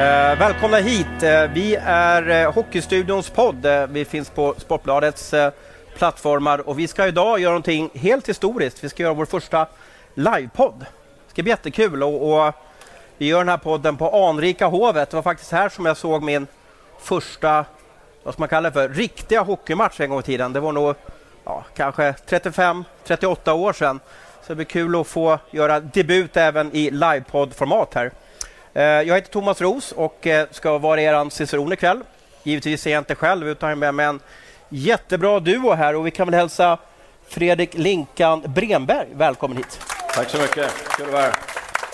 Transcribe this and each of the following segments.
Välkomna hit. Vi är Hockeystudions podd. Vi finns på Sportbladets plattformar och vi ska idag göra någonting helt historiskt. Vi ska göra vår första livepodd. Det ska bli jättekul och vi gör den här podden på anrika hovet. Det var faktiskt här som jag såg min första, vad ska man kalla det för, riktiga hockeymatch en gång i tiden. Det var nog kanske 35-38 år sedan. Så det blir kul att få göra debut även i livepodd-format här. Jag heter Thomas Ros och ska vara er ciceron ikväll. Givetvis är jag inte själv utan jag är med en jättebra duo här och vi kan väl hälsa Fredrik Linkan Bremberg. Välkommen hit. Tack så mycket. Kul att vara här.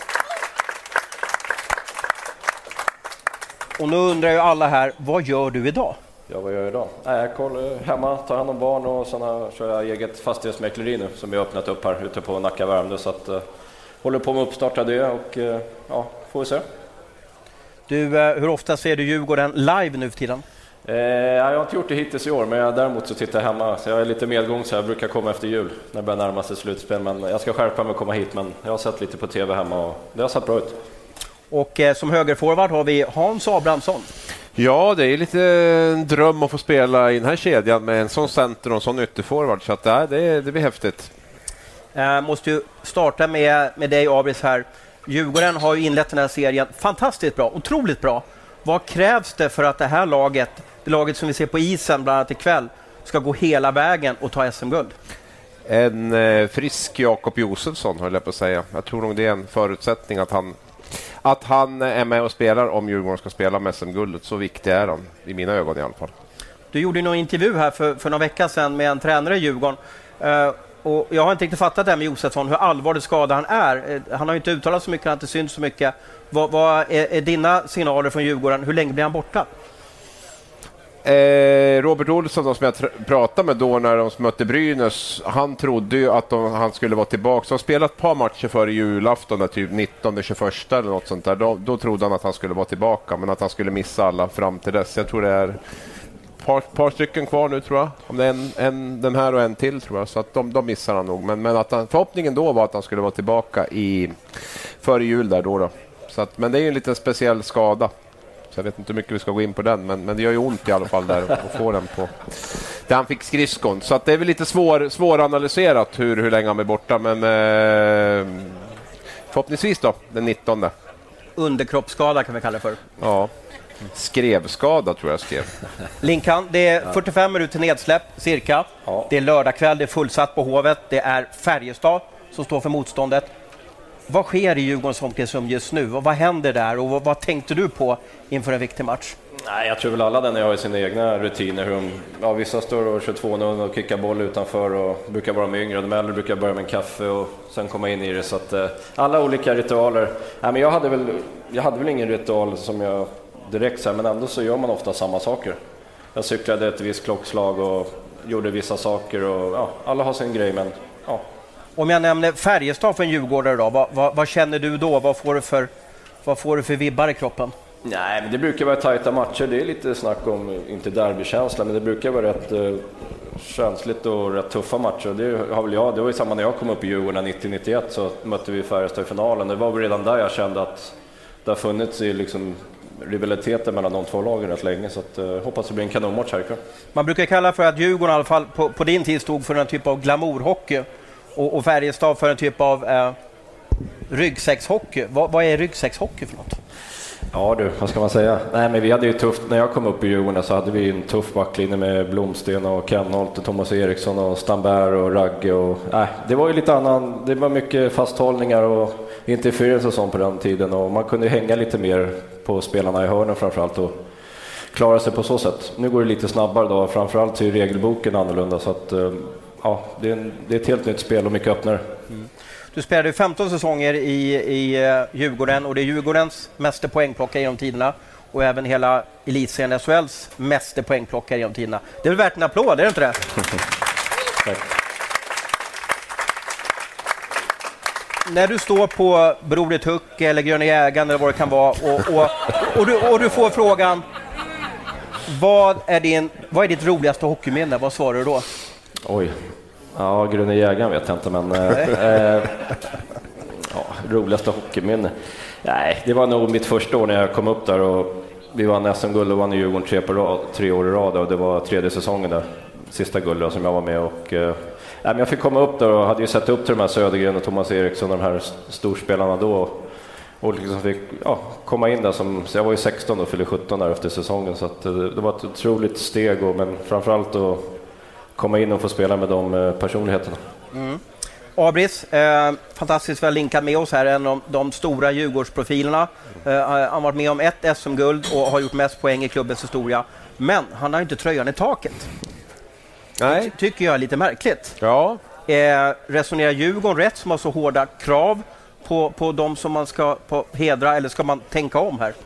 Och nu undrar ju alla här, vad gör du idag? Ja, vad gör jag idag? Jag kollar hemma, tar hand om barn och sen kör jag eget fastighetsmäkleri nu som vi har öppnat upp här ute på Nacka Värmdö, så att håller på med att uppstarta det och får vi se. Du, hur ofta ser du Djurgården live nu för tiden? Jag har inte gjort det hittills i år, men däremot så tittar jag hemma. Så jag är lite medgång, så jag brukar komma efter jul när det börjar närma sig slutspel. Men jag ska skärpa mig och komma hit, men jag har sett lite på tv hemma och det har sett bra ut. Och som högerforward har vi Hans Abrahamsson. Ja, det är lite en dröm att få spela i den här kedjan med en sån center och en sån ytterforward. Så att det blir häftigt. Måste ju starta med dig, Abris, här. Djurgården har ju inlett den här serien fantastiskt bra, otroligt bra. Vad krävs det för att det här laget, det laget som vi ser på isen bland annat ikväll, ska gå hela vägen och ta SM-guld? En frisk Jakob Josefsson, höll jag på att säga. Jag tror nog det är en förutsättning att han är med och spelar om Djurgården ska spela med SM-guldet. Så viktig är han, i mina ögon i alla fall. Du gjorde någon intervju här för några veckor sedan med en tränare i Djurgården. Och jag har inte riktigt fattat det här med Josefsson, hur allvarlig skada han är. Han har inte uttalat så mycket, han har inte synt så mycket. Vad är dina signaler från Djurgården? Hur länge blir han borta? Robert Olsson, som jag pratade med då när de mötte Brynäs, han trodde ju att han skulle vara tillbaka. Så han spelat ett par matcher före julafton, typ 19-21 eller något sånt där. Då trodde han att han skulle vara tillbaka, men att han skulle missa alla fram till dess. Jag tror det är par stycken kvar nu, tror jag. Om det är den här och en till, tror jag. Så att de missar han nog. Men att förhoppningen då var att han skulle vara tillbaka före jul där då. Så att, men det är ju en liten speciell skada. Så jag vet inte hur mycket vi ska gå in på den. Men det gör ju ont i alla fall där att få den på där han fick skridskon. Så att det är väl lite svåranalyserat hur länge han är borta. Men förhoppningsvis då, den 19. Underkroppsskada kan vi kalla det för. Ja. Skrevskada tror jag skrev. Linkan, det är 45 minuter nedsläpp cirka. Ja. Det är lördagkväll, det är fullsatt på Hovet. Det är Färjestad som står för motståndet. Vad sker i Djurgårdens omklädningsrum just nu? Vad händer där och vad tänkte du på inför en viktig match? Nej, jag tror väl alla har sina egna rutiner. Vissa står och kör 2-0 och kickar boll utanför och brukar vara med yngre. De äldre brukar börja med en kaffe och sen komma in i det. Så att, alla olika ritualer. Nej, men jag hade väl ingen ritual som jag direkt så här, men ändå så gör man ofta samma saker. Jag cyklade ett visst klockslag och gjorde vissa saker och alla har sin grej, men ja. Om jag nämner Färjestad för en djurgårdare då, vad känner du då? Vad får du för vibbar i kroppen? Nej, men det brukar vara tajta matcher. Det är lite snack om, inte derbykänsla, men det brukar vara rätt känsligt och rätt tuffa matcher. Det har väl det var ju samma när jag kom upp i Djurgården 90-91, så mötte vi Färjestad i finalen. Det var väl redan där jag kände att det har funnits i liksom rivaliteten mellan de två lagen rätt länge, så att, hoppas det blir en kanonmatch här ikväll. Man brukar kalla för att Djurgården i alla fall på din tid stod för en typ av glamourhockey och Färjestad för en typ av ryggsäckshockey. Vad är ryggsäckshockey för något? Ja du, vad ska man säga? Nej, men vi hade ju tufft, när jag kom upp i Djurgården så hade vi en tuff backlinje med Blomsten och Kenholt och Thomas Eriksson och Stamberg och Ragge och det var ju lite annan, det var mycket fasthållningar och interference och sånt på den tiden och man kunde hänga lite mer på spelarna i hörnen framförallt och klara sig på så sätt. Nu går det lite snabbare då, framförallt är regelboken annorlunda, så att det är ett helt nytt spel och mycket öppnare. Mm. Du spelade 15 säsonger i Djurgården och det är Djurgårdens meste poängplockare genom tiderna och även hela elitserien SHLs meste poängplockare genom tiderna. Det är väl värt en applåd, är det inte det? Tack. När du står på Brodet Huck eller Gröna Jägaren eller vad det kan vara och du får frågan vad är ditt roligaste hockeyminne? Vad svarar du då? Oj. Ja, Gröna Jägaren vet jag inte, men roligaste hockeyminne. Nej, det var nog mitt första år när jag kom upp där och vi vann SM-guld och vann i Djurgården 3 år i rad och det var 3:e säsongen där, sista guldet som jag var med och men jag fick komma upp där och hade ju sett upp till de här Södergren och Thomas Eriksson, de här storspelarna då och liksom fick komma in där så jag var ju 16 och fyllde 17 där efter säsongen så att det var ett otroligt steg men framförallt att komma in och få spela med de personligheterna. Abris, fantastiskt väl linkad med oss här, en av de stora Djurgårdsprofilerna. Han har varit med om ett SM-guld och har gjort mest poäng i klubbens historia. Men han har inte tröjan i taket. Nej. Tycker jag är lite märkligt. Ja. Resonerar Djurgården rätt som har så hårda krav på de som man ska hedra, eller ska man tänka om här?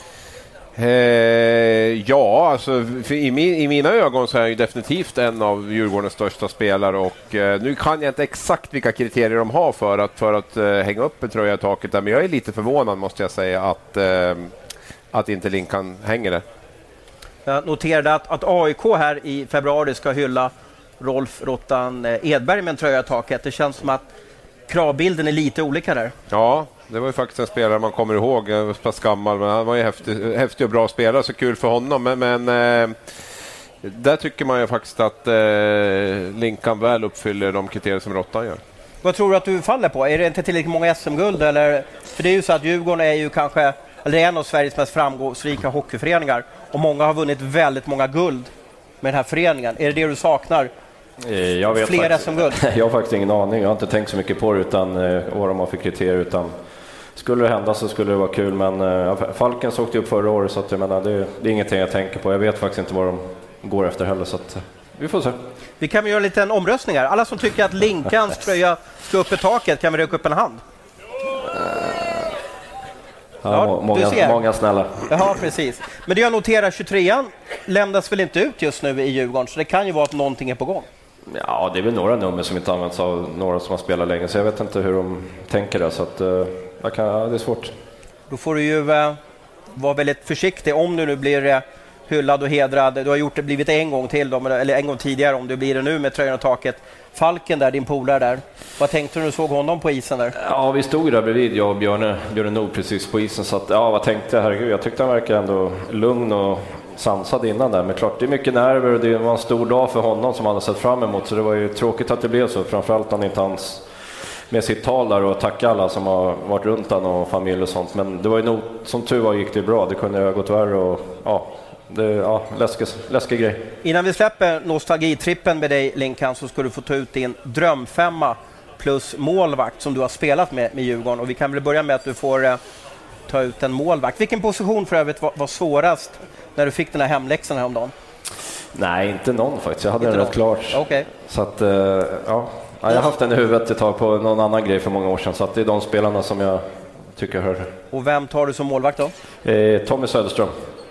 Ja, alltså i mina ögon så är han ju definitivt en av Djurgårdens största spelare och nu kan jag inte exakt vilka kriterier de har för att hänga upp en tröja i taket där, men jag är lite förvånad måste jag säga att inte Linkan hänger där. Jag noterade att AIK här i februari ska hylla Rolf Rottan Edberg med en tröja i taket. Det känns som att kravbilden är lite olika där. Ja, det var ju faktiskt en spelare man kommer ihåg, pass gammal, men han var ju häftig och bra spelare, så kul för honom. Men där tycker man ju faktiskt att Linkan väl uppfyller de kriterier som Rottan gör. Vad tror du att du faller på? Är det inte tillräckligt många SM-guld? Eller? För det är ju så att Djurgården är ju kanske en av Sveriges mest framgångsrika hockeyföreningar och många har vunnit väldigt många guld med den här föreningen. Är det du saknar? Jag vet fler SM-guld? Jag har faktiskt ingen aning. Jag har inte tänkt så mycket på det utan vad de har för kriterier. Utan skulle det hända så skulle det vara kul. Men Falken såg upp förra året så att jag menar, det är ingenting jag tänker på. Jag vet faktiskt inte vad de går efter heller. Så att, vi får se. Vi kan göra en liten omröstning här. Alla som tycker att Linkans tröja ska upp i taket, kan vi räcka upp en hand? Ja, många snälla. Ja, precis. Men det jag noterar, 23an lämnas väl inte ut just nu i Djurgården, så det kan ju vara att någonting är på gång. Ja, det är väl några nummer som inte används av några som har spelat länge, så jag vet inte hur de tänker det, så att det är svårt. Då får du ju vara väldigt försiktig om du nu blir hyllad och hedrad. Du har blivit en gång till då, eller en gång tidigare, om du blir det nu med tröjan och taket. Falken där, din polare där. Vad tänkte du när du såg honom på isen där? Ja, vi stod där bredvid, jag och Björne Nord precis på isen, så att, vad tänkte jag? Herregud, jag tyckte han verkade ändå lugn och sansad innan där, men klart det är mycket nerver och det var en stor dag för honom som han hade sett fram emot, så det var ju tråkigt att det blev så, framförallt han inte hans med sitt tal där och tacka alla som har varit runt han och familj och sånt, men det var ju nog, som tur var gick det bra, det kunde ha gått värre och läskig grej. Innan vi släpper nostalgitrippen med dig, Linkan, så ska du få ta ut din drömfemma plus målvakt som du har spelat med Djurgården, och vi kan väl börja med att du får ta ut en målvakt. Vilken position för övrigt var svårast när du fick den här hemläxan här om dagen? Nej, inte någon faktiskt. Jag hade den rätt klart. Okay. Så att, jag har haft den i huvudet ett tag på någon annan grej för många år sedan, så att det är de spelarna som jag tycker hör. Och vem tar du som målvakt då? Tommy Söderström.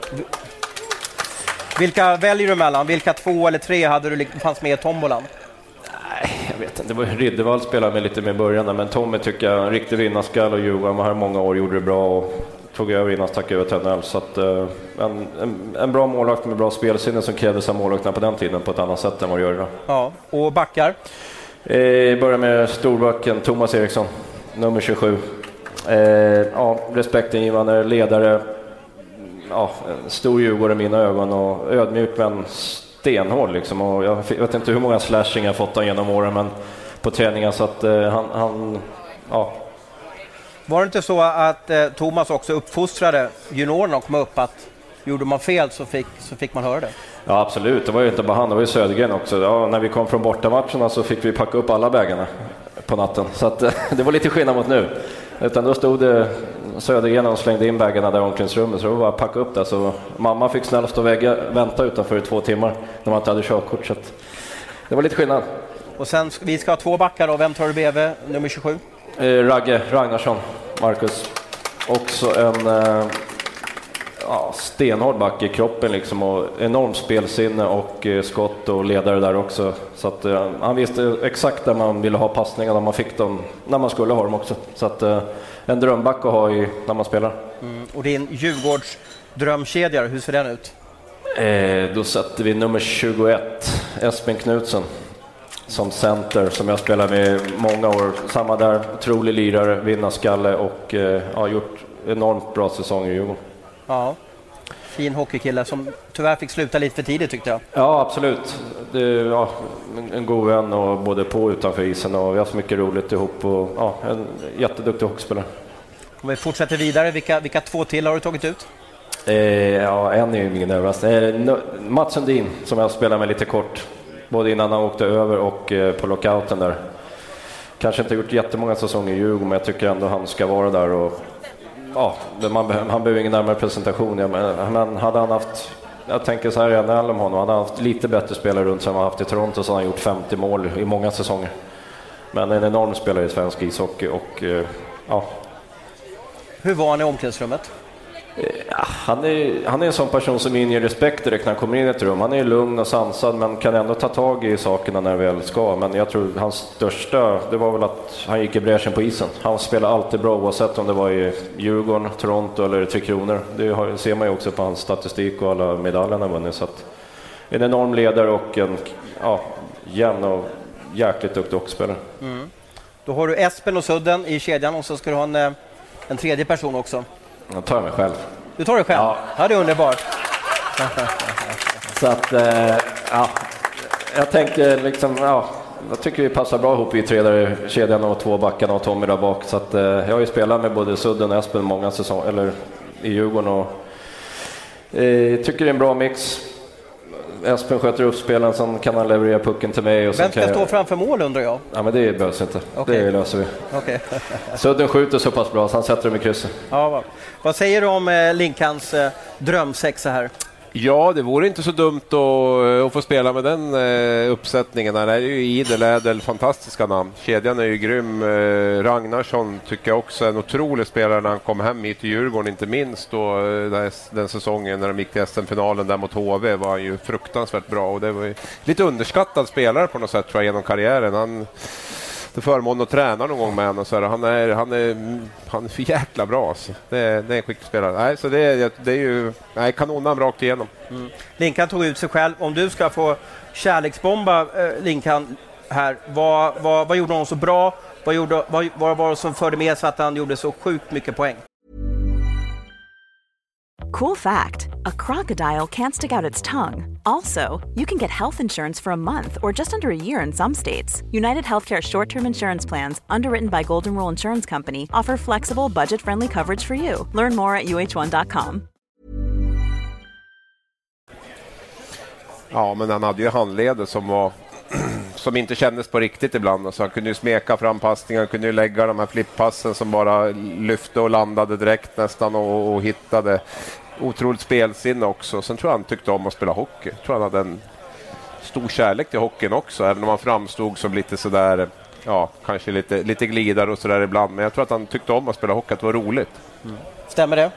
Vilka väljer du mellan? Vilka 2 eller 3 hade du fanns med i tombolan? Nej, jag vet inte. Det var Riddervall spelade med lite med början, men Tommy tycker jag en riktig vinnarskall, och Djurgården var här många år, gjorde det bra och tog över innan stack över till NHL. Så att, en bra målvakt med bra spelsinne som krävdes av målvakterna på den tiden på ett annat sätt än vad det gör idag. Ja, och backar? Börjar med storbacken Thomas Eriksson, nummer 27. Respektingivande ledare. Ja, en stor Djurgården i mina ögon och ödmjuk men stenhård liksom, och jag vet inte hur många slashing jag fått genom åren, men på träningen, så att han. Var det inte så att Thomas också uppfostrade juniorerna och kom upp att gjorde man fel så fick man höra det? Ja, absolut, det var ju inte bara han, det var ju Södergren också. Ja, när vi kom från bortamatcherna så fick vi packa upp alla bägarna på natten, så att det var lite skillnad mot nu. Utan då stod det Södergren och slängde in bägarna där i omklädningsrummet, så det var bara att packa upp det. Så mamma fick snällt stå och vänta utanför i 2 timmar när man inte hade körkort. Så det var lite skillnad. Och sen, vi ska ha 2 backar då. Vem tar du bredvid nummer 27? Ragge Ragnarsson, Marcus. Också en stenhård back i kroppen liksom, och enormt spelsinne och skott och ledare där också. Så att han visste exakt där man ville ha passningar, när man fick dem, när man skulle ha dem också. Så att en drömback att ha när man spelar. Och din Djurgårds drömkedja, hur ser den ut? Då sätter vi nummer 21, Espen Knutsson. som center som jag spelar med många år. Samma där, otrolig lirare, vinnarskalle och har gjort enormt bra säsonger i Djurgården. Ja, fin hockeykille som tyvärr fick sluta lite för tidigt tyckte jag. Ja, absolut. Det är en god vän och både på och utanför isen och vi har så mycket roligt ihop och en jätteduktig hockeyspelare. Om vi fortsätter vidare, vilka 2 till har du tagit ut? En är ju min överraskning. Mats Sundin som jag spelar med lite kort. Både innan han åkte över och på lockouten där. Kanske inte gjort jättemånga säsonger i Djurgården, men jag tycker ändå han ska vara där. Och, han behöver ingen närmare presentation. Men hade han haft, jag tänker så här i NHL om honom, hade han haft lite bättre spelare runt som han haft i Toronto så har han gjort 50 mål i många säsonger. Men en enorm spelare i svensk ishockey och Hur var han i omklädningsrummet? Han är en sån person som inger respekt direkt när han kommer in i ett rum. Han är lugn och sansad men kan ändå ta tag i sakerna när väl ska. Men jag tror hans största, det var väl att han gick i bräschen på isen. Han spelar alltid bra oavsett om det var i Djurgården, Toronto eller Tre Kronor. Det ser man ju också på hans statistik och alla medaljerna vunnit. Så att en enorm ledare och en jämn och jäkligt duktig hockeyspelare. Då har du Espen och Sudden i kedjan och så ska du ha en tredje person också. Jag tar mig själv. Du tar det själv? Ja, det är underbart. Så att, jag tänker liksom, jag tycker vi passar bra ihop i tredje kedjan och 2 backarna och Tommy där bak. Så att, jag har ju spelat med både Sudden och Espen många säsonger, eller i Djurgården och tycker det är en bra mix. Espen sköter upp spelen, sen kan han leverera pucken till mig. Och vem ska stå framför mål undrar jag? Ja, men det behövs inte. Okay. Det löser vi. Okay. Sudden skjuter så pass bra så han sätter dem i krysset. Ja, vad säger du om Linkans drömsexa här? Ja, det vore inte så dumt att få spela med den uppsättningen. Det är ju idel, ädel, fantastiska namn. Kedjan är ju grym. Ragnarsson tycker jag också är en otrolig spelare när han kom hem hit till Djurgården, inte minst då den säsongen när de gick till SM-finalen där mot HV var han ju fruktansvärt bra och det var ju lite underskattad spelare på något sätt tror jag genom karriären. Han det förmån att träna någon gång med honom så han är för jäkla bra alltså. Det är en skicklig spelare. Nej, så det är ju kanonnamn rakt igenom. Linkan tog ut sig själv. Om du ska få kärleksbomba Linkan här, vad gjorde han så bra? Vad var det som förde med sig att han gjorde så sjukt mycket poäng? Cool fact, a crocodile can't stick out its tongue. Also, you can get health insurance for a month or just under a year in some states. United Healthcare short-term insurance plans, underwritten by Golden Rule Insurance Company, offer flexible, budget-friendly coverage for you. Learn more at uh1.com. Ja, men han hade ju handleder som inte kändes på riktigt ibland. Så han kunde ju smeka fram passningar, han kunde ju lägga de här flippassen som bara lyfte och landade direkt nästan och hittade. Otroligt spelsinne också. Sen tror jag han tyckte om att spela hockey. Jag tror han hade en stor kärlek till hockeyn också, även om han framstod som lite sådär, kanske lite glidare och sådär ibland. Men jag tror att han tyckte om att spela hockey, att det var roligt. Stämmer det?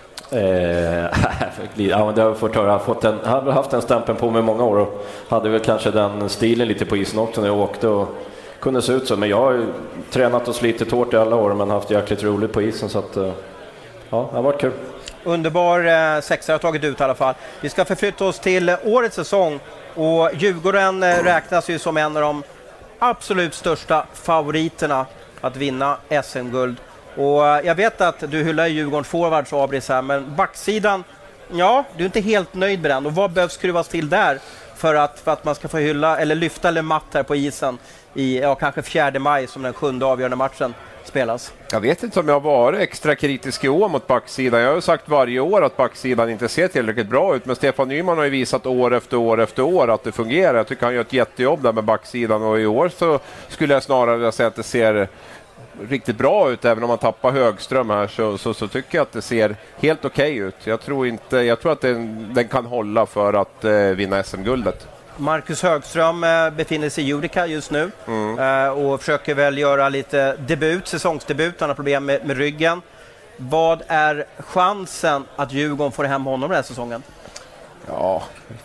Ja, det har fått höra. Jag hade haft en stämpel på mig många år och hade väl kanske den stilen lite på isen också när jag åkte och kunde se ut så. Men jag har ju tränat och slitit hårt i alla år men haft jäkligt roligt på isen så att det har varit kul. Underbar sexa har tagit ut i alla fall. Vi ska förflytta oss till årets säsong och Djurgården räknas ju som en av de absolut största favoriterna att vinna SM-guld. Och jag vet att du hyllar Djurgården forwards och Abris här, men backsidan, du är inte helt nöjd med den. Och vad behövs skruvas till där för att man ska få hylla eller lyfta eller matt här på isen i kanske 4 maj som den 7:e avgörande matchen spelas? Jag vet inte om jag har varit extra kritisk i år mot backsidan. Jag har ju sagt varje år att backsidan inte ser tillräckligt bra ut, men Stefan Nyman har ju visat år efter år att det fungerar. Jag tycker han gör ett jättejobb där med backsidan och i år så skulle jag snarare vilja säga att det ser riktigt bra ut. Även om man tappar Högström här så tycker jag att det ser helt okej ut. Jag tror att den kan hålla för att vinna SM-guldet. Marcus Högström befinner sig i Judica just nu och försöker väl göra lite säsongsdebut. Han har problem med ryggen. Vad är chansen att Djurgården får hem honom den här säsongen? Ja,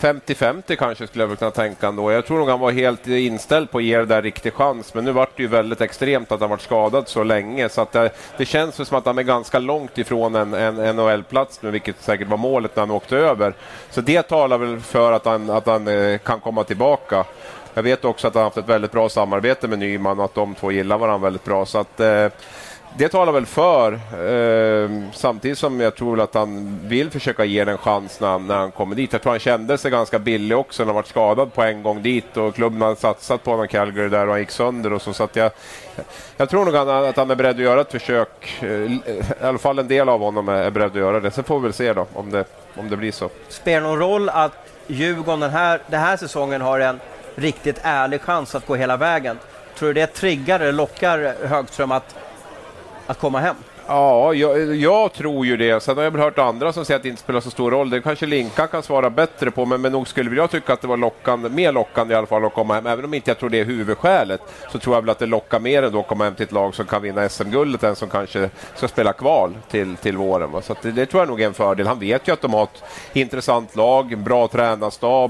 50-50 kanske skulle jag väl kunna tänka ändå. Jag tror nog han var helt inställd på att ge det där riktig chans. Men nu var det ju väldigt extremt att han varit skadad så länge. Så att det känns som att han är ganska långt ifrån en NHL-plats nu, vilket säkert var målet när han åkte över. Så det talar väl för att han kan komma tillbaka. Jag vet också att han har haft ett väldigt bra samarbete med Nyman och att de två gillar varandra väldigt bra. Så att det talar väl för. Samtidigt som jag tror att han vill försöka ge den en chans när han kommer dit. Jag tror han kände sig ganska billig också när han varit skadad på en gång dit. Och klubben hade satsat på honom, Calgary, där och han gick sönder. Och så att jag tror nog att han är beredd att göra ett försök. I alla fall en del av honom är beredd att göra det. Sen får vi väl se då om det blir så. Spelar någon roll att Djurgården den här säsongen har en riktigt ärlig chans att gå hela vägen? Tror du det triggar eller lockar Högström att komma hem? Ja, jag tror ju det. Sen har jag väl hört andra som säger att det inte spelar så stor roll. Det kanske Linkan kan svara bättre på, men nog skulle jag tycka att det var mer lockande i alla fall att komma hem. Även om inte jag tror det är huvudskälet, så tror jag väl att det lockar mer än att komma hem till ett lag som kan vinna SM-guldet än som kanske ska spela kval till våren. Så att det tror jag nog är en fördel. Han vet ju att de har ett intressant lag, en bra tränarstab,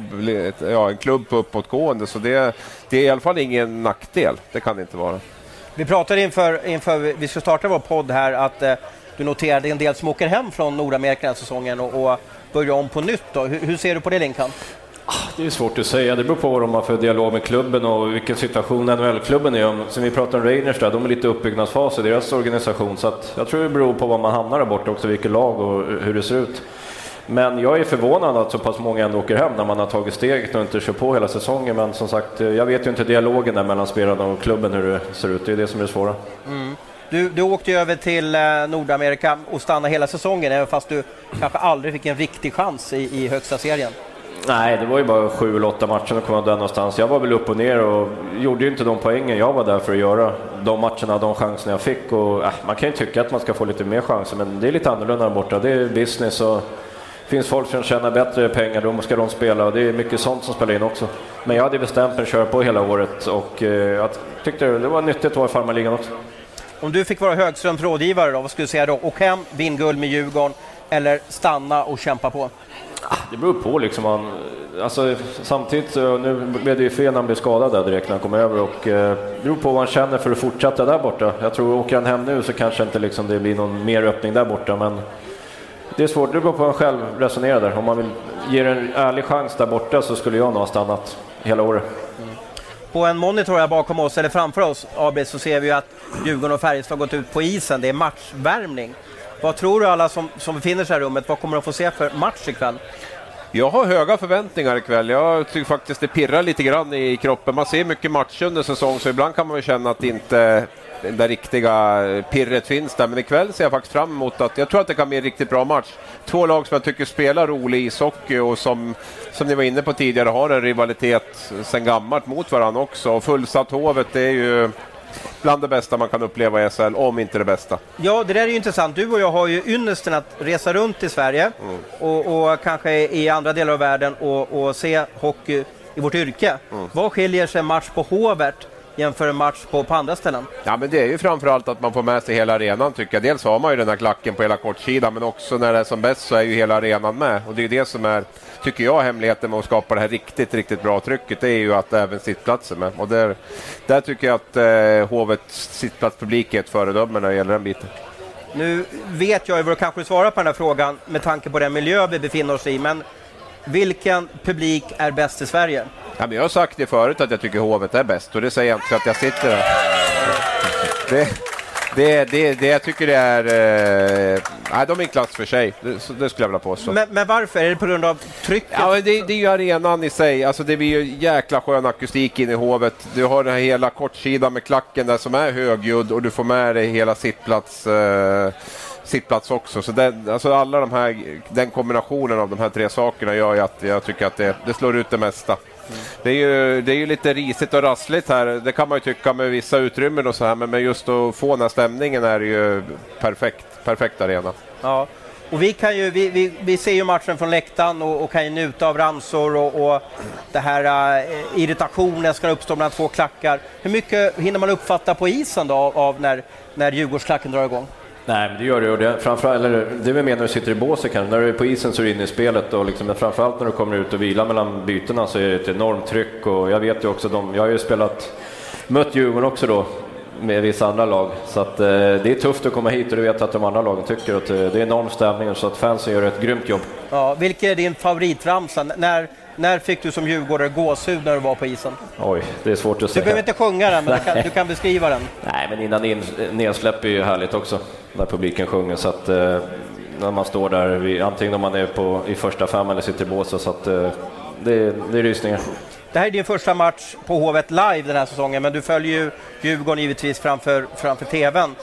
en klubb på uppåtgående. Så det är i alla fall ingen nackdel. Det kan det inte vara. Vi pratade inför vi ska starta vår podd här att du noterade en del som åker hem från Nordamerika den här säsongen och börjar om på nytt då. Hur ser du på det, Linkan? Det är svårt att säga. Det beror på vad de har för dialog med klubben och vilken situation NHL-klubben är om. Som vi pratar om Rangers där, de är lite uppbyggnadsfas i deras organisation. Så att jag tror det beror på var man hamnar där borta också, vilket lag och hur det ser ut. Men jag är förvånad att så pass många ändå åker hem när man har tagit steget och inte kör på hela säsongen. Men som sagt, jag vet ju inte dialogen där mellan spelarna och klubben hur det ser ut. Det är det som är det svåra. Mm. Du åkte över till Nordamerika och stannade hela säsongen, även fast du kanske aldrig fick en riktig chans i högsta serien. Nej, det var ju bara 7 eller 8 matcher och kom där någonstans. Jag var väl upp och ner och gjorde ju inte de poängen jag var där för att göra. De matcherna, de chanserna jag fick. Och, man kan ju tycka att man ska få lite mer chanser, men det är lite annorlunda där borta. Det är business och finns folk som tjänar bättre pengar, då ska de spela och det är mycket sånt som spelar in också. Men jag hade bestämt mig att köra på hela året och jag tyckte det var nyttigt att vara i farmarligan också. Om du fick vara Högströms rådgivare då, vad skulle du säga då? Åk hem, vinn guld med Djurgården eller stanna och kämpa på? Det beror på liksom. Alltså, samtidigt, nu blev det ju fel när han blev skadad där direkt när han kom över och det beror på vad han känner för att fortsätta där borta. Jag tror åker han hem nu så kanske inte liksom det blir någon mer öppning där borta, men det är svårt, det beror på vad han själv resonerar där. Om man vill ge en ärlig chans där borta så skulle jag nog ha stannat hela året. Mm. På en monitor här bakom oss, eller framför oss, AB, så ser vi att Djurgården och Färjestad har gått ut på isen. Det är matchvärmning. Vad tror du alla som befinner sig i rummet, vad kommer de få se för match ikväll? Jag har höga förväntningar ikväll. Jag tycker faktiskt det pirrar lite grann i kroppen. Man ser mycket match under säsong, så ibland kan man väl känna att inte det där riktiga pirret finns där. Men ikväll ser jag faktiskt fram emot att jag tror att det kan bli en riktigt bra match. 2 lag som jag tycker spelar rolig ishockey och som ni var inne på tidigare har en rivalitet sedan gammalt mot varandra också. Och fullsatt Hovet, det är ju bland det bästa man kan uppleva i SHL, om inte det bästa. Ja, det där är ju intressant. Du och jag har ju ynnesten att resa runt i Sverige och kanske i andra delar av världen och se hockey i vårt yrke. Vad skiljer sig match på Hovet jämför en match på andra ställen? Ja, men det är ju framförallt att man får med sig hela arenan, tycker jag. Dels har man ju den här klacken på hela kortsidan, men också när det är som bäst så är ju hela arenan med. Och det är det som är, tycker jag, hemligheten med att skapa det här riktigt bra trycket. Det är ju att även sittplatser med. Och där tycker jag att Hovets sittplatspublik är ett föredöme när det gäller den biten. Nu vet jag ju kanske svara på den här frågan med tanke på den miljö vi befinner oss i, men vilken publik är bäst i Sverige? Ja, men jag har sagt det förut att jag tycker Hovet är bäst, och det säger jag inte så att jag sitter där. Det jag tycker det är nej, de är en klass för sig. Det skulle jag vilja påstå. Men varför? Är det på grund av trycket? Ja, det är ju arenan i sig. Alltså det blir ju jäkla skön akustik in i Hovet. Du har den här hela kortsidan med klacken där som är högljudd, och du får med dig hela sittplats också. Så alltså alla den kombinationen av de här 3 sakerna gör ju att jag tycker att det slår ut det mesta. Det är ju lite risigt och rassligt här. Det kan man ju tycka med vissa utrymmen och så här, men just att få den här stämningen är ju perfekt arena. Ja. Och vi ser ju matchen från läktaren och kan ju njuta av ramsor och det här irritationen ska uppstå mellan 2 klackar. Hur mycket hinner man uppfatta på isen då av när Djurgårdsklacken drar igång? Nej, men det gör det. Och det framförallt, eller det vi menar när du sitter i båset kanske. När du är på isen så är du inne i spelet. Och liksom, men framförallt när du kommer ut och vilar mellan bytena så är det ett enormt tryck. Och jag vet ju också, jag har ju mött Djurgården också då med vissa andra lag. Så att, det är tufft att komma hit och du vet att de andra lagen tycker att det är enorm stämning. Så att fansen gör ett grymt jobb. Ja, vilken är din favoritramsa? När fick du som djurgårdare gåshud när du var på isen? Oj, det är svårt att säga. Du behöver inte sjunga den, men du kan beskriva den. Nej, men innan nedsläpp är ju härligt också, när publiken sjunger. Så att när man står där, antingen om man är i första fem eller sitter i båset, så att det är rysningar. Det här är din första match på Hovet live den här säsongen, men du följer ju Djurgården givetvis framför tvn.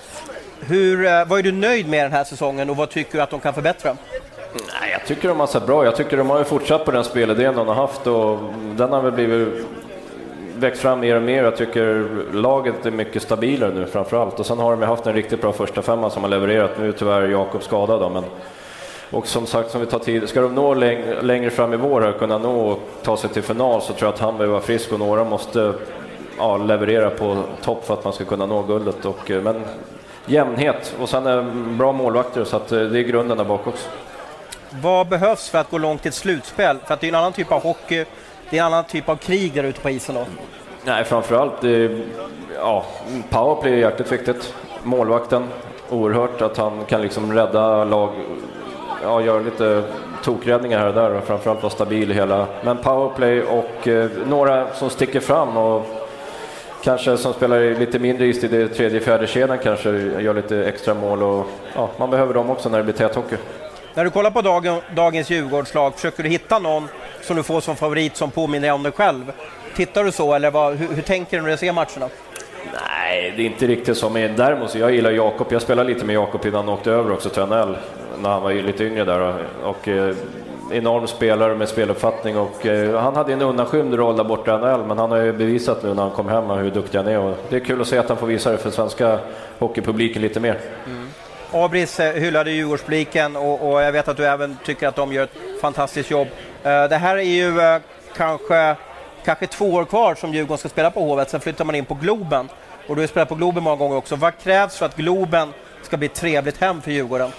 Vad är du nöjd med den här säsongen och vad tycker du att de kan förbättra? Nej, jag tycker de har sett bra. Jag tycker de har ju fortsatt på den spelidén de har haft och den har väl blivit växt fram mer och mer. Jag tycker laget är mycket stabilare nu framförallt. Och sen har de haft en riktigt bra första femma som har levererat. Nu är tyvärr Jakob skadad då, men och som sagt, som vi tar tid, ska de nå längre fram i vår och kunna nå och ta sig till final, så tror jag att han behöver vara frisk och några måste leverera på topp för att man ska kunna nå guldet. Men jämnhet och sen är bra målvakter, så att det är grunden där bak också. Vad behövs för att gå långt i ett slutspel? För att det är en annan typ av hockey, det är en annan typ av krig där ute på isen då. Nej, framförallt powerplay är jäkligt viktigt. Målvakten, oerhört att han kan liksom rädda lag, göra lite tokräddningar här och där och framförallt vara stabil i hela. Men powerplay och några som sticker fram och kanske som spelar lite mindre is i det tredje, fjärde kedjan kanske gör lite extra mål och man behöver dem också när det blir tät hockey. När du kollar på dagens Djurgårdslag, försöker du hitta någon som du får som favorit som påminner dig om dig själv? Tittar du så eller hur tänker du när du ser matcherna? Nej, det är inte riktigt så. Men däremot, jag gillar Jakob. Jag spelade lite med Jakob innan han åkte över också till NHL när han var lite yngre där. Och enorm spelare med speluppfattning. Och han hade en undanskymd roll där borta i NHL, men han har ju bevisat nu när han kom hem hur duktig han är. Och det är kul att se att han får visa det för svenska hockeypubliken lite mer. Mm. Abris hyllade Djurgårdspubliken och jag vet att du även tycker att de gör ett fantastiskt jobb. Det här är ju kanske 2 år kvar som Djurgården ska spela på Hovet, sen flyttar man in på Globen. Och du har spelat på Globen många gånger också. Vad krävs för att Globen ska bli ett trevligt hem för Djurgården?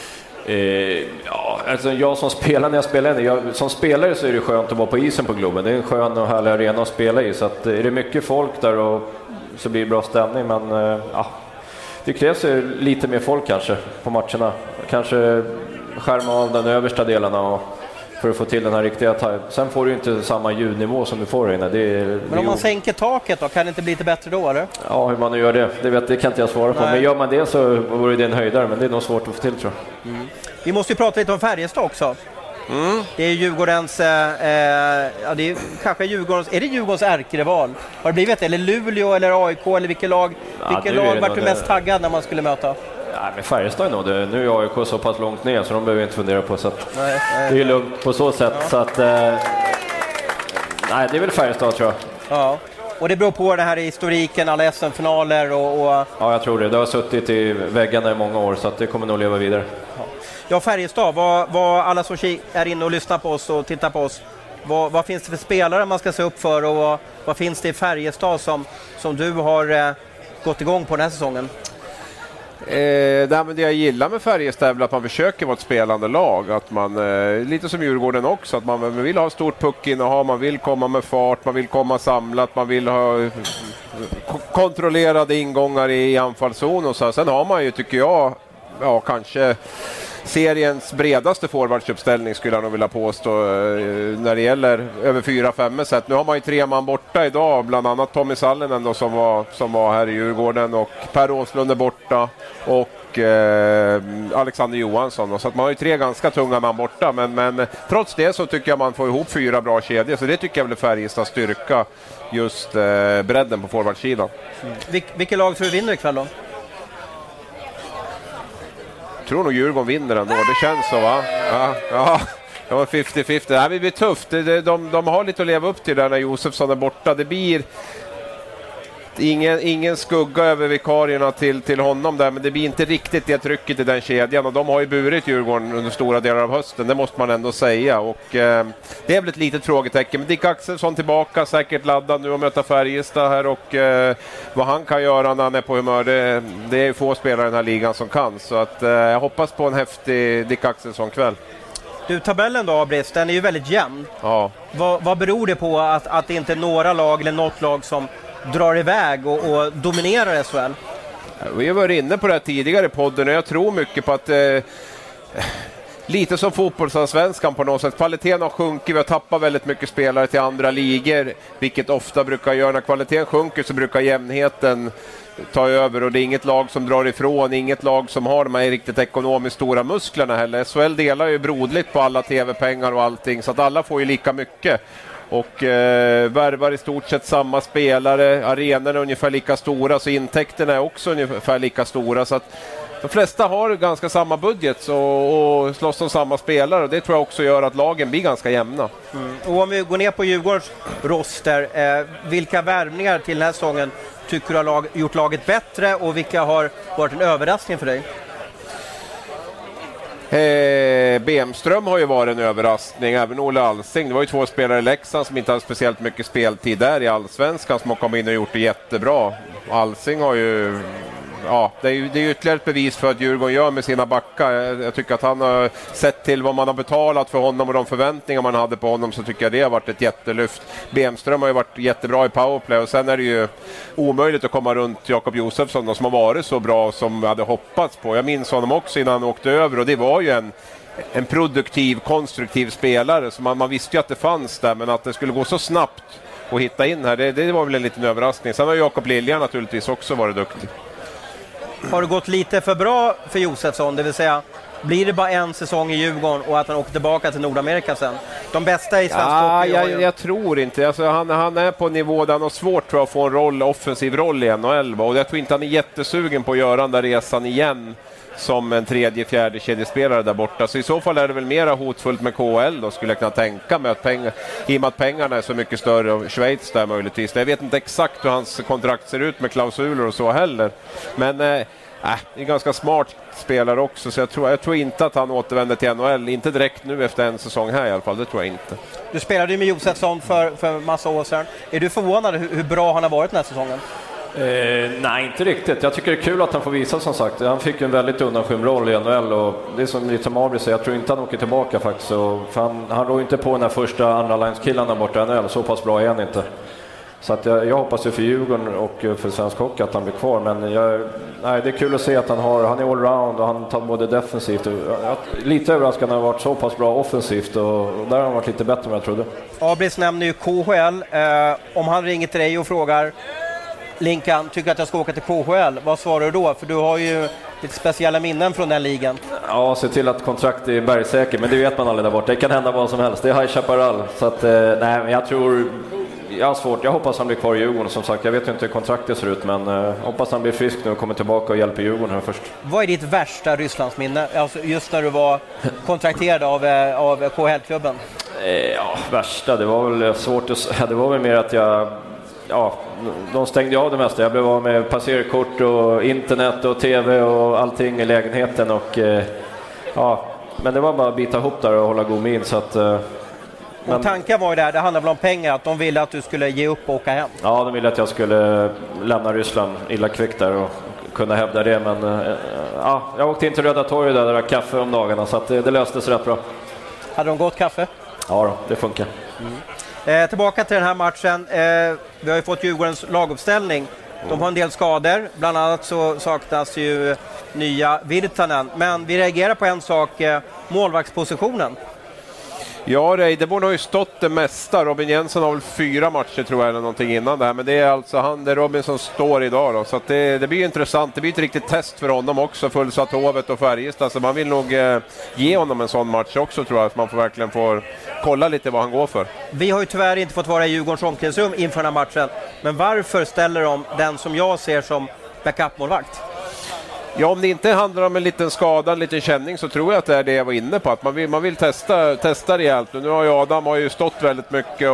Alltså jag som spelar när jag spelar som spelare så är det skönt att vara på isen på Globen. Det är en skön och härlig arena att spela i, så att är det mycket folk där och så blir det bra stämning, men det krävs lite mer folk kanske på matcherna. Kanske skärma av den översta delarna för att få till den här riktiga sen får du inte samma ljudnivå som du får inne. Men om man sänker taket då, kan det inte bli lite bättre då, eller? Ja, hur man nu gör det kan inte jag svara på. Men gör man det så vore det en höjdare, men det är nog svårt att få till, tror jag. Mm. Vi måste ju prata lite om Färjestad också. Mm. Det är Djurgårdens, det är kanske är det Djurgårdens ärkerival? Har det blivit, eller Luleå eller AIK eller vilket lag var du mest taggad när man skulle möta? Nej, men Färjestad är nog det. Nu är AIK så pass långt ner så de behöver inte fundera på, så att nej. Det är lugnt på så sätt. Ja. Så att nej, det är väl Färjestad, tror jag. Ja. Och det beror på det här historiken, alla SM-finaler och... Ja, jag tror det. Det har suttit i väggarna i många år, så att det kommer nog leva vidare. Ja, Färjestad, vad alla som är inne och lyssnar på oss och tittar på oss, vad finns det för spelare man ska se upp för och vad finns det i Färjestad som du har gått igång på den här säsongen? Det jag gillar med Färjestad är väl att man försöker vara ett spelande lag, att man lite som Djurgården också, att man vill ha stort puckinnehav, man vill komma med fart, man vill komma samlat, man vill ha kontrollerade ingångar i anfallszon och så. Sen har man ju, tycker jag, kanske seriens bredaste forwardsuppställning skulle jag nog vilja påstå när det gäller över 4-5 set. Nu har man ju 3 man borta idag, bland annat Tommy Sallinen då, som var här i Djurgården, och Per Åslund är borta och Alexander Johansson. Så att man har ju 3 ganska tunga man borta, men trots det så tycker jag man får ihop 4 bra kedjor, så det tycker jag väl Färjestads styrka, just bredden på forwardsidan. Vilket lag tror du vinner ikväll då? Jag tror nog Djurgården vinner ändå, det känns så, va? Ja, det var 50-50. Det här blir tufft. De har lite att leva upp till där när Josefsson är borta. Det blir... ingen skugga över vikarierna till honom där, men det blir inte riktigt det trycket i den kedjan, och de har ju burit Djurgården under stora delar av hösten, det måste man ändå säga, och det är väl ett litet frågetecken, men Dick Axelsson tillbaka, säkert laddad nu att möta Färjestad här, och vad han kan göra när han är på humör, det är ju få spelare i den här ligan som kan, så att jag hoppas på en häftig Dick Axelsson-kväll. Du, tabellen då, Abris, den är ju väldigt jämn. Ja. Vad beror det på att det inte är några lag eller något lag som drar iväg och dominerar SHL? Vi har varit inne på det här tidigare i podden, och jag tror mycket på att lite som fotbollsallsvenskan på något sätt. Kvaliteten har sjunkit, vi har tappat väldigt mycket spelare till andra ligor, vilket ofta brukar göra. När kvaliteten sjunker så brukar jämnheten ta över, och det är inget lag som drar ifrån, inget lag som har de här riktigt ekonomiskt stora musklerna heller. SHL delar ju brodligt på alla tv-pengar och allting, så att alla får ju lika mycket. Och värvar i stort sett samma spelare, arenorna är ungefär lika stora, så intäkterna är också ungefär lika stora, så att de flesta har ganska samma budget och slåss om samma spelare, och det tror jag också gör att lagen blir ganska jämna. Och om vi går ner på Djurgårdens roster, vilka värvningar till den här säsongen tycker du har gjort laget bättre, och vilka har varit en överraskning för dig? Bemström har ju varit en överraskning, även Olle Alsing. Det var ju 2 spelare i Leksand som inte hade speciellt mycket speltid där i Allsvenskan som har kommit in och gjort det jättebra. Alsing har ju... Ja, det är ytterligare ett bevis för att Djurgården gör med sina backar. Jag tycker att han har sett till vad man har betalat för honom och de förväntningar man hade på honom, så tycker jag det har varit ett jättelyft. Bemström har ju varit jättebra i powerplay, och sen är det ju omöjligt att komma runt Jakob Josefsson som har varit så bra som vi hade hoppats på. Jag minns honom också innan han åkte över, och det var ju en produktiv, konstruktiv spelare, så man visste ju att det fanns där, men att det skulle gå så snabbt att hitta in här, det var väl en liten överraskning. Sen har Jakob Lilja naturligtvis också varit duktig. Har det gått lite för bra för Josefsson, det vill säga blir det bara en säsong i Djurgården och att han åker tillbaka till Nordamerika sen? De bästa i svensk hockey. Jag tror inte. Alltså, han är på nivå där han har svårt, tror jag, att få en offensiv roll i NHL. Och jag tror inte han är jättesugen på att göra den där resan igen som en 3:e, 4:e kedjespelare där borta. Så i så fall är det väl mera hotfullt med KHL då, skulle jag kunna tänka mig, i och med att pengarna är så mycket större, och Schweiz där möjligtvis. Jag vet inte exakt hur hans kontrakt ser ut med klausuler och så heller. Men det är en ganska smart spelare också, så jag tror inte att han återvänder till NHL. Inte direkt nu efter en säsong här i alla fall, det tror jag inte. Du spelade ju med Josefsson för massa år sedan. Är du förvånad hur bra han har varit den här säsongen? Nej, inte riktigt. Jag tycker det är kul att han får visa, som sagt. Han fick en väldigt undanskymd roll i NHL, och det är som lite som Abri säger, jag tror inte han åker tillbaka faktiskt. För han rår inte på den här första andra-lines-killarna borta i NHL, så pass bra är han inte. Så att jag hoppas ju för Djurgården och för svensk hockey att han blir kvar, men det är kul att se att han är allround, och han tar både defensivt och lite överraskande har varit så pass bra offensivt, och där har han varit lite bättre än jag trodde. Abris nämner ju KHL. Om han ringer till dig och frågar, Linkan, tycker att jag ska åka till KHL, vad svarar du då? För du har ju lite speciella minnen från den ligan. Ja, se till att kontrakt är bergsäker, men det vet man aldrig där borta. Det kan hända vad som helst. Det är High Chaparral. Så att, men jag tror... Jag har svårt. Jag hoppas han blir kvar i Djurgården, som sagt. Jag vet inte hur kontraktet ser ut, men hoppas han blir frisk nu och kommer tillbaka och hjälper Djurgården här först. Vad är ditt värsta Rysslandsminne? Alltså just när du var kontrakterad av KHL-klubben? Värsta, det var väl svårt att säga. Det var väl mer att de stängde av det mesta. Jag blev av med passerkort och internet och tv och allting i lägenheten, och men det var bara att bita ihop där och hålla god min, så att... Och tanken var ju det handlade väl om pengar, att de ville att du skulle ge upp och åka hem? Ja, de ville att jag skulle lämna Ryssland illa kvickt där och kunna hävda det, men jag åkte in till Röda torget där, drack kaffe om dagarna, så att det löste sig rätt bra. Hade de gott kaffe? Ja då, det funkar. Tillbaka till den här matchen. Vi har ju fått Djurgårdens laguppställning. De har en del skador, bland annat så saknas ju nya Virtanen, men vi reagerar på en sak, målvaktspositionen. Ja, Reideborn har ju stått det mesta. Robin Jensen har väl 4 matcher tror jag eller någonting innan det här, men det är alltså det är Robin som står idag då. Så att det blir intressant. Det blir ett riktigt test för honom också, fullsatt Hovet och Färjestad, så man vill nog ge honom en sån match också, tror jag, att man verkligen får kolla lite vad han går för. Vi har ju tyvärr inte fått vara i Djurgårdens omklädningsrum inför den här matchen, men varför ställer de den som jag ser som backup-målvakt? Ja, om det inte handlar om en liten skada, en liten känning, så tror jag att det är det jag var inne på. Att man vill testa rejält. Nu har ju Adam stått väldigt mycket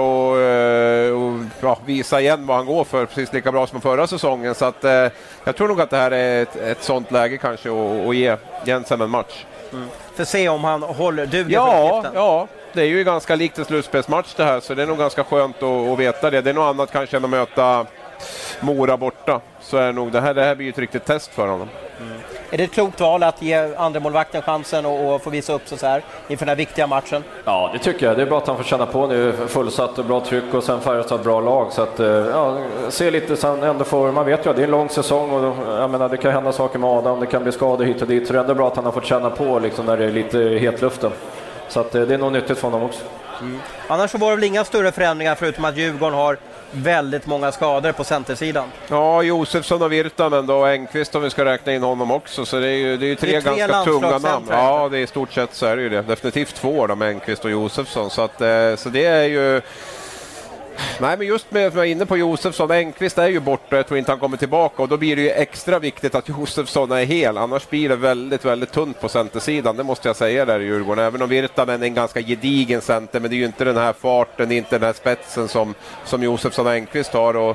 och visa igen vad han går för, precis lika bra som förra säsongen. Så att, jag tror nog att det här är ett sånt läge kanske att ge Jensen en match. För se om han håller duger för uppgiften. Ja, det är ju ganska likt en slutspelsmatch det här, så det är nog ganska skönt att veta det. Det är nog annat kanske än att möta Mora borta. Så är nog det här blir ju ett riktigt test för honom. Är det ett klokt val att ge andra målvakten chansen och få visa upp sig så här inför den här viktiga matchen? Ja, det tycker jag. Det är bra att han får känna på nu. Fullsatt och bra tryck och sen Färjestad ett bra lag. Så att, se lite sen ändå får, man vet ju att det är en lång säsong och jag menar, det kan hända saker med Adam, det kan bli skador hit och dit. Så det är ändå bra att han har fått känna på liksom, när det är lite hetluften. Så att, det är nog nyttigt för honom också. Annars så var det väl inga större förändringar förutom att Djurgården har väldigt många skador på centersidan. Ja, Josefsson och Virtanen då, och Engqvist om vi ska räkna in honom också. Så det är ju tre ganska tunga namn. Ja, det är i stort sett så är det ju det. Definitivt 2 då med Engqvist och Josefsson. Så det är ju... Nej, men just med att jag är inne på Josefsson, Engqvist är ju borta, jag tror inte han kommer tillbaka, och då blir det ju extra viktigt att Josefsson är hel, annars blir det väldigt, väldigt tunt på centersidan, det måste jag säga där i Djurgården. Även om Virtanen är en ganska gedigen center, men det är ju inte den här farten, inte den här spetsen som Josefsson och Engqvist har, och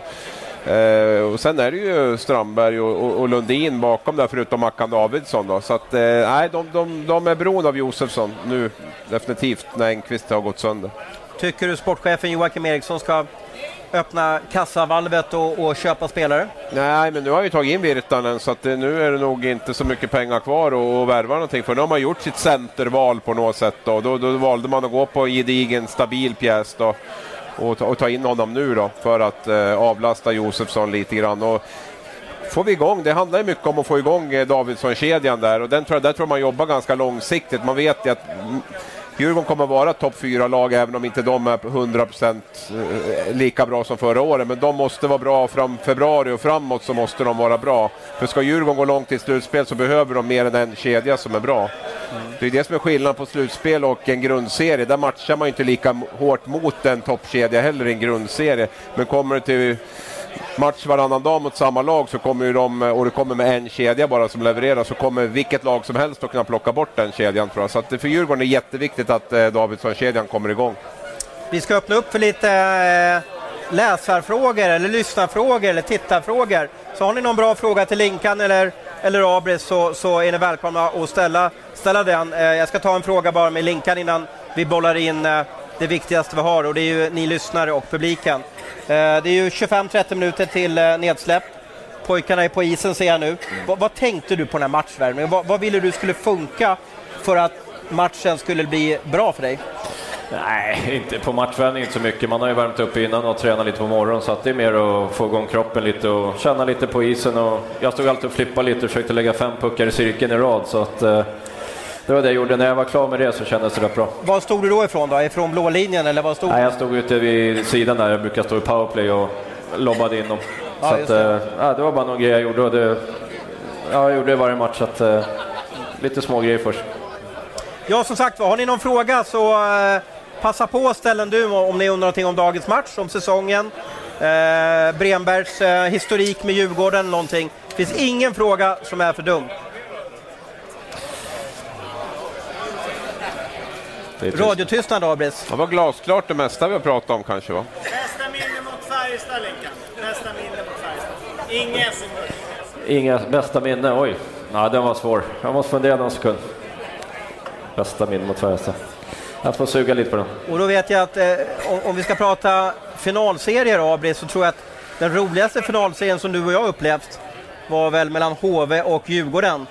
sen är det ju Strandberg och Lundin bakom där, förutom Mackan Davidsson då. Så att nej, de är beroende av Josefsson nu definitivt när Engqvist har gått sönder. Tycker du sportchefen Joakim Eriksson ska öppna kassavalvet och köpa spelare? Nej, men nu har vi tagit in Virtanen, så att nu är det nog inte så mycket pengar kvar att värva någonting, för nu har man gjort sitt centerval på något sätt då. Då valde man att gå på gedigen stabil pjäs då, och ta in honom nu då för att avlasta Josefsson lite grann. Och får vi igång, det handlar ju mycket om att få igång Davidsson-kedjan där, och där tror man jobbar ganska långsiktigt. Man vet ju att Djurgården kommer vara topp 4-lag, även om inte de är 100% lika bra som förra året, men de måste vara bra från februari och framåt, så måste de vara bra. För ska Djurgården gå långt i slutspel så behöver de mer än en kedja som är bra. Det är det som är skillnaden på slutspel och en grundserie. Där matchar man inte lika hårt mot en toppkedja heller i en grundserie, men kommer det till match varannan dag mot samma lag, så kommer ju de, och det kommer med en kedja bara som levererar, så kommer vilket lag som helst att kunna plocka bort den kedjan, tror jag. Så att för Djurgården är jätteviktigt att Davidsson-kedjan kommer igång. Vi ska öppna upp för lite läsarfrågor eller lyssnarfrågor eller tittarfrågor. Så har ni någon bra fråga till Linkan eller Abris, så är ni välkomna att ställa den. Jag ska ta en fråga bara med Linkan innan vi bollar in det viktigaste vi har, och det är ju ni lyssnare och publiken. Det är ju 25-30 minuter till nedsläpp. Pojkarna är på isen, ser jag nu. Vad tänkte du på den här matchvärmningen? Vad ville du skulle funka för att matchen skulle bli bra för dig? Nej, inte på matchvärmning inte så mycket. Man har ju värmt upp innan och tränat lite på morgonen, så att det är mer att få igång kroppen lite och känna lite på isen. Och jag stod alltid och flippade lite och försökte lägga 5 puckar i cirkeln i rad, så att det var det jag gjorde. När jag var klar med det så kändes det rätt bra. Var stod du då ifrån då? Ifrån blå linjen eller vad stod du? Nej, jag stod ute vid sidan där. Jag brukar stå i powerplay och lobbade in dem. Ja, så att, det var bara någon grej jag gjorde. Och jag gjorde det varje match, så att, lite små grejer först. Ja, som sagt, har ni någon fråga så passa på att ställa du om ni undrar någonting om dagens match, om säsongen. Brembergs historik med Djurgården, någonting. Det finns ingen fråga som är för dum. Radiotystnad, Abris. Det var glasklart det mesta vi har pratat om kanske, va? Bästa minne mot Färjestad, Linkan. Bästa minne mot Färjestad. Inga bästa minne, oj. Ja, den var svår. Jag måste fundera någon sekund. Bästa minne mot Färjestad. Jag får suga lite på den. Och då vet jag att om vi ska prata finalserier, Abris, så tror jag att den roligaste finalserien som du och jag upplevt var väl mellan HV och Djurgården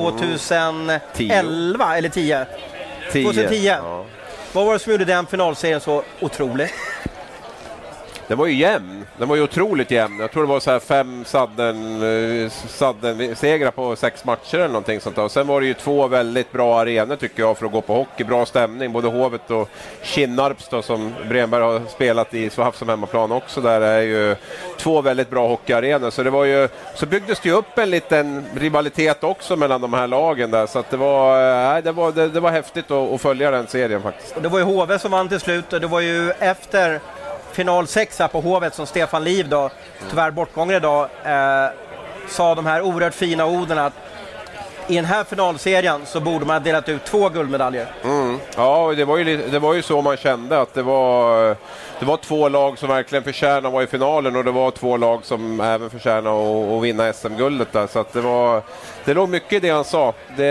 2011 eller 10. 2010. Ja. Vad var det som gjorde den finalserien så otrolig? Det var ju jämn. Den var ju otroligt jämn. Jag tror det var så här 5 sadden segrar på 6 matcher eller någonting sånt där. Och sen var det ju 2 väldigt bra arenor tycker jag för att gå på hockey. Bra stämning. Både Hovet och Kinnarps då, som Bremberg har spelat i, så haft som hemmaplan också. Där är ju 2 väldigt bra hockeyarenor. Så det var ju, så byggdes det ju upp en liten rivalitet också mellan de här lagen där. Så att det var häftigt att följa den serien faktiskt. Och det var ju HV som vann till slut, och det var ju efter final 6 på Hovet som Stefan Liv då, tyvärr bortgången idag, sa de här oerhört fina orden att i den här finalserien så borde man ha delat ut 2 guldmedaljer. Ja, det var ju så man kände, att det var 2 lag som verkligen förtjänade att vara i finalen, och det var 2 lag som även förtjänade att vinna SM-guldet där. Så att det låg mycket i det han sa.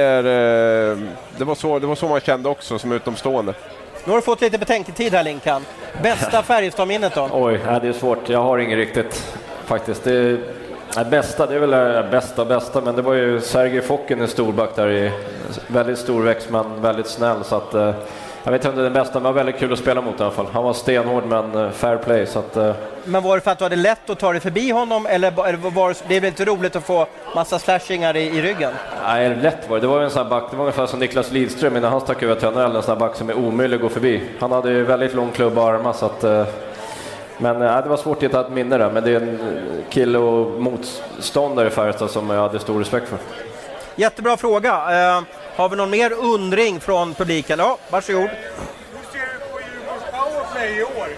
Det var så man kände också som utomstående. Nu har du fått lite betänketid här, Linkan. Bästa Färjestad-minnet då? Oj, det är svårt. Jag har inget riktigt faktiskt. Det är väl bästa, men det var ju Sergej Fokin, en storback där, i väldigt stor växt men väldigt snäll, så att jag vet inte om det är den bästa, men det var väldigt kul att spela mot i alla fall. Han var stenhård men fair play, så att Men var det för att du hade lätt att ta dig förbi honom, eller var det väl inte roligt att få massa slashingar i ryggen? Nej, lätt var det. Det var ju en sån här back, det var ungefär som Niklas Lidström innan han stack över till NHL, en sån här back som är omöjlig att gå förbi. Han hade ju väldigt lång klubba och armar, så att men det var svårt att hitta ett minne där, men det är en kille och motståndare i Färjestad som jag hade stor respekt för. Jättebra fråga. Har vi någon mer undring från publiken? Ja, varsågod. Hur ser du på Djurgårdens powerplay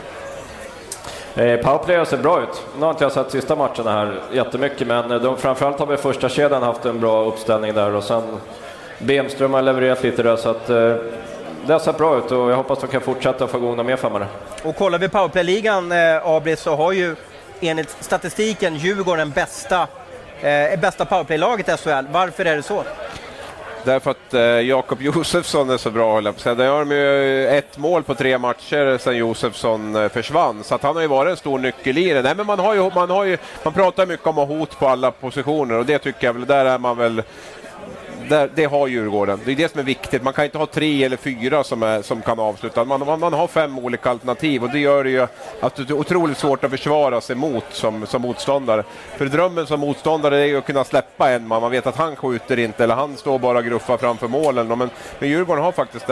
i år? Powerplay ser bra ut. Nu har inte jag sett sista matcherna här jättemycket, men framförallt har vi första kedjan haft en bra uppställning där, och sen Bemström har levererat lite där, så att det har sett bra ut, och jag hoppas att de kan fortsätta få igång mer femmare. Och kollar vi Powerplay-ligan, Abri, så har ju enligt statistiken Djurgården bästa Powerplay-laget i SHL. Varför är det så? Därför att Jakob Josefsson är så bra. Där har de ju 1 mål på 3 matcher sedan Josefsson försvann. Så att han har ju varit en stor nyckel i det. Nej, men man pratar mycket om att ha hot på alla positioner, och det tycker jag väl, där är man väl... Det har Djurgården. Det är det som är viktigt. Man kan inte ha 3 eller 4 som kan avsluta. Man har 5 olika alternativ, och det gör det ju att det är otroligt svårt att försvara sig mot som motståndare. För drömmen som motståndare är ju att kunna släppa en man. Man vet att han skjuter inte, eller han står bara och gruffar framför målen. Men Djurgården har faktiskt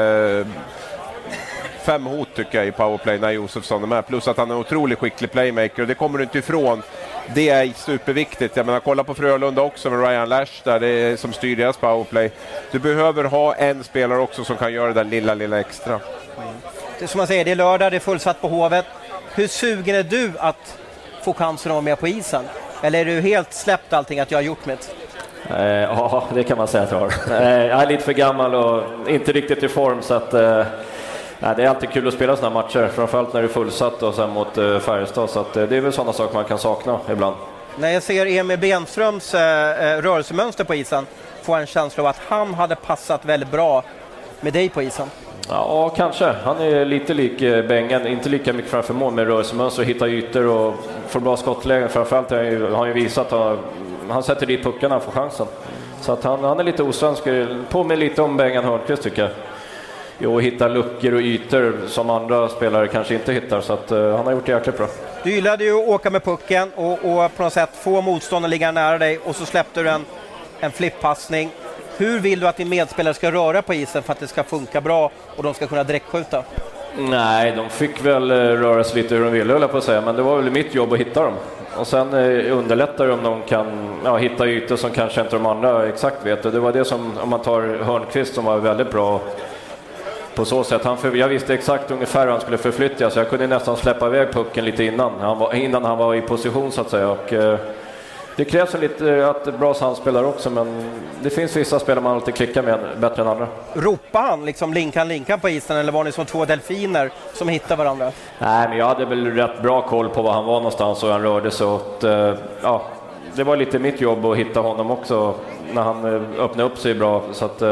5 hot tycker jag i powerplay när Josefsson är med. Plus att han är en otroligt skicklig playmaker, och det kommer du inte ifrån. Det är superviktigt. Jag menar, kolla på Frölunda också med Ryan Lash där, det är, som styr deras powerplay. Du behöver ha en spelare också som kan göra det där lilla extra. Det är som man säger, det är lördag, det är fullsatt på Hovet. Hur sugen är du att få chansen att vara med på isen? Eller är du helt släppt allting att jag har gjort mitt? Ja, det kan man säga att jag har. Jag är lite för gammal och inte riktigt i form, så att det är alltid kul att spela såna matcher, framförallt när det är fullsatt och sen mot Färjestad, så att det är väl sådana saker man kan sakna ibland. När jag ser Emil Benströms rörelsemönster på isen får jag en känsla av att han hade passat väldigt bra med dig på isen. Ja, kanske. Han är lite lik Bengen, inte lika mycket framför mål med rörelsemönster och hittar ytor och får bra skottlägen. Framförallt har han ju visat att han sätter dit puckarna och får chansen. Så att han är lite osvensk, påminner lite om Bengen Hörnqvist tycker jag. Jo, hittar luckor och ytor som andra spelare kanske inte hittar, så att han har gjort det jäkligt bra. Du gillade ju att åka med pucken och på något sätt få motståndaren ligga nära dig, och så släppte du en flippassning. Hur vill du att din medspelare ska röra på isen för att det ska funka bra och de ska kunna direktskjuta? Nej, de fick väl röra sig lite hur de ville, höll jag på att säga, men det var väl mitt jobb att hitta dem. Och sen underlättar om de kan hitta ytor som kanske inte de andra exakt vet. Och det var det som, om man tar Hörnqvist som var väldigt bra på så sätt. Jag visste exakt ungefär hur han skulle förflytta, så jag kunde nästan släppa iväg pucken lite innan han var i position så att säga. Och det krävs lite att bra samspelare också, men det finns vissa spelare man alltid klickar med bättre än andra. Ropar han liksom Linkan på isen, eller var ni som 2 delfiner som hittar varandra? Nej, men jag hade väl rätt bra koll på var han var någonstans och han rörde sig åt, det var lite mitt jobb att hitta honom också när han öppnade upp sig bra, så att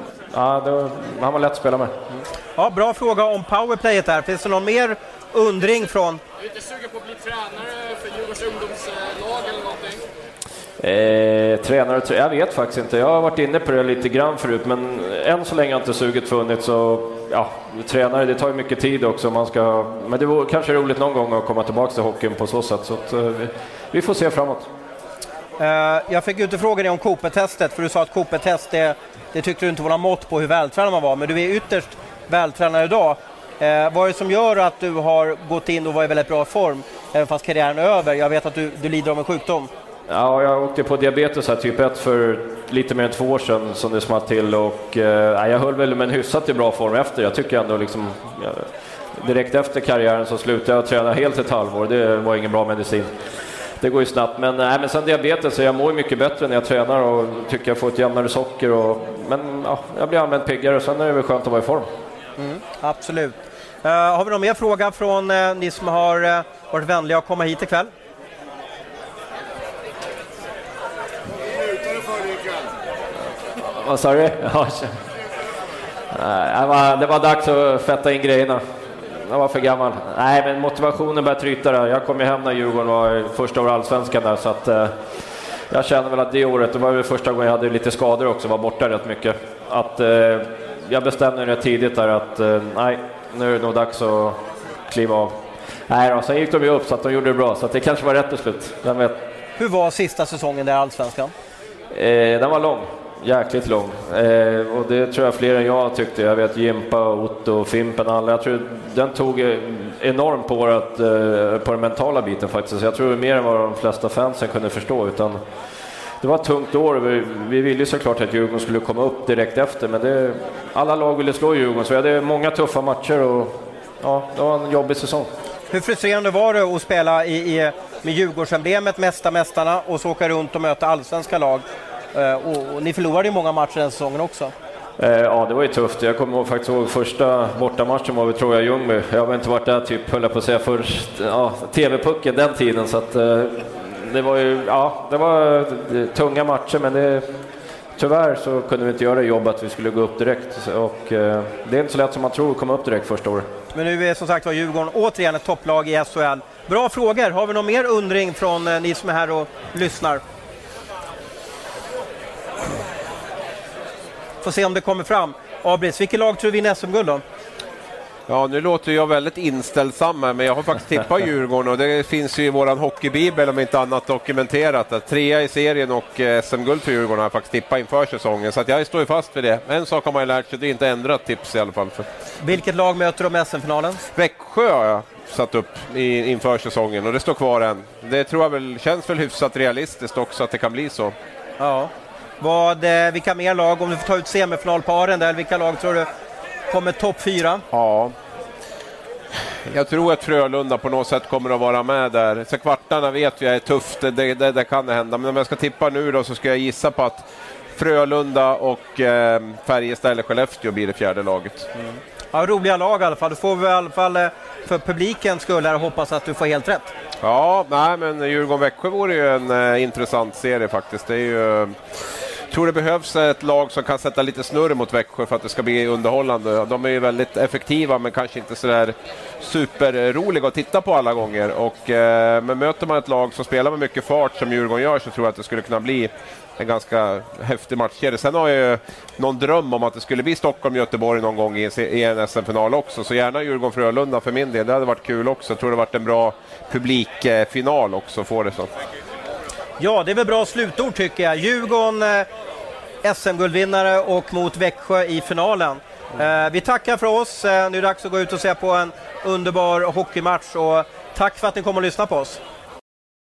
han var lätt att spela med. Ja, bra fråga om powerplayet där. Finns det någon mer undring från? Är du inte sugen på att bli tränare för Djurgårdens ungdomslag eller någonting? Tränare, jag vet faktiskt inte. Jag har varit inne på det lite grann förut, men än så länge har inte suget funnits. Så tränare, det tar ju mycket tid också. Men det vore kanske roligt någon gång att komma tillbaka till hockeyn på så sätt. Så att, vi får se framåt. Jag fick inte fråga dig om Cooper-testet, för du sa att Cooper-test det tyckte du inte var någon mått på hur vältränad man var, men du är ytterst vältränad idag. Vad är det som gör att du har gått in och var i väldigt bra form även fast karriären är över? Jag vet att du lider av en sjukdom. Ja, jag åkte på diabetes här, typ 1 för lite mer än 2 år sedan som det smalt till, och jag höll väl med en hyfsat i bra form efter. Jag tycker ändå direkt efter karriären så slutade jag träna helt ett halvår. Det var ingen bra medicin. det går ju snabbt. Men sen diabetes, så jag mår mycket bättre när jag tränar och tycker jag får ett jämnare socker. Men ja, jag blir allmänt piggare och sen är det väl skönt att vara i form. Absolut. Har vi någon mer fråga från ni som har varit vänliga att komma hit ikväll? Vad sa du? Det var dags att fetta in grejerna. Jag var för gammal. Nej, men motivationen började tryta där. Jag kom ju hem när Djurgården var första år allsvenskan där, så att jag kände väl att det året, det var väl första gången jag hade lite skador också, var borta rätt mycket. Att jag bestämde rätt tidigt där att nej, nu är det nog dags att kliva av. Nej då, sen gick de ju upp så att de gjorde det bra, så att det kanske var rätt beslut. Hur var sista säsongen där i allsvenskan? Den var lång. Jäkligt lång. Och det tror jag fler än jag tyckte. Jag vet Jimpa, Otto, Fimpen, alla. Jag tror den tog enormt på den mentala biten faktiskt. Jag tror mer än vad de flesta fansen kunde förstå. Utan det var ett tungt år. Vi ville ju såklart att Djurgården skulle komma upp direkt efter. Men alla lag ville slå Djurgården. Så vi hade många tuffa matcher och ja, det var en jobbig säsong. Hur frustrerande var det att spela med Djurgårdsemblemet, mästarna, och så åka runt och möta allsvenska lag? Och ni förlorade ju många matcher den säsongen också. Ja, det var ju tufft. Jag kommer faktiskt ihåg första bortamatchen var vi, tror jag, Ljungby. Jag har inte varit där typ, höll jag på att säga, först TV-pucken den tiden. Så att, det var ju, ja, det var tunga matcher, men tyvärr så kunde vi inte göra jobb att vi skulle gå upp direkt. Och det är inte så lätt som man tror att komma upp direkt första året. Men nu är som sagt var Djurgården återigen ett topplag i SHL. Bra frågor. Har vi någon mer undring från ni som är här och lyssnar? Får se om det kommer fram. Abris, vilket lag tror du vinner SM-guld då? Ja, nu låter jag väldigt inställsam här, men jag har faktiskt tippat Djurgården och det finns ju i våran hockeybibel om inte annat dokumenterat att 3 i serien och SM-guld för Djurgården har jag faktiskt tippat inför säsongen, så att jag står ju fast vid det. En sak har man ju lärt sig, det är inte ändrat tips i alla fall. Vilket lag möter de i SM-finalen? Växjö har jag satt upp inför säsongen och det står kvar än. Det tror jag väl känns väl hyfsat realistiskt också att det kan bli så. Ja. Vilka mer lag, om du får ta ut semifinalparen där, vilka lag tror du kommer topp 4? Ja, jag tror att Frölunda på något sätt kommer att vara med där. Så kvartarna vet vi är tufft, det kan det hända. Men om jag ska tippa nu då, så ska jag gissa på att Frölunda och Färjestad eller Skellefteå blir det fjärde laget. Ja, roliga lag i alla fall. Du får väl i alla fall för publikens skull här hoppas att du får helt rätt. Ja, nej, men Djurgården-Växjö vore ju en intressant serie faktiskt. Det är ju... Jag tror det behövs ett lag som kan sätta lite snurr mot Växjö för att det ska bli underhållande. De är ju väldigt effektiva men kanske inte sådär superroliga att titta på alla gånger. Men möter man ett lag som spelar med mycket fart som Djurgården gör, så tror jag att det skulle kunna bli en ganska häftig matchserie. Sen har jag ju någon dröm om att det skulle bli Stockholm-Göteborg någon gång i en SM-final också. Så gärna Djurgården-Frölunda för min del. Det hade varit kul också. Jag tror det hade varit en bra publikfinal också, får det så. Ja, det är väl bra slutord tycker jag. Djurgården SM-guldvinnare och mot Växjö i finalen. Vi tackar för oss. Nu är det dags att gå ut och se på en underbar hockeymatch. Och tack för att ni kom och lyssna på oss.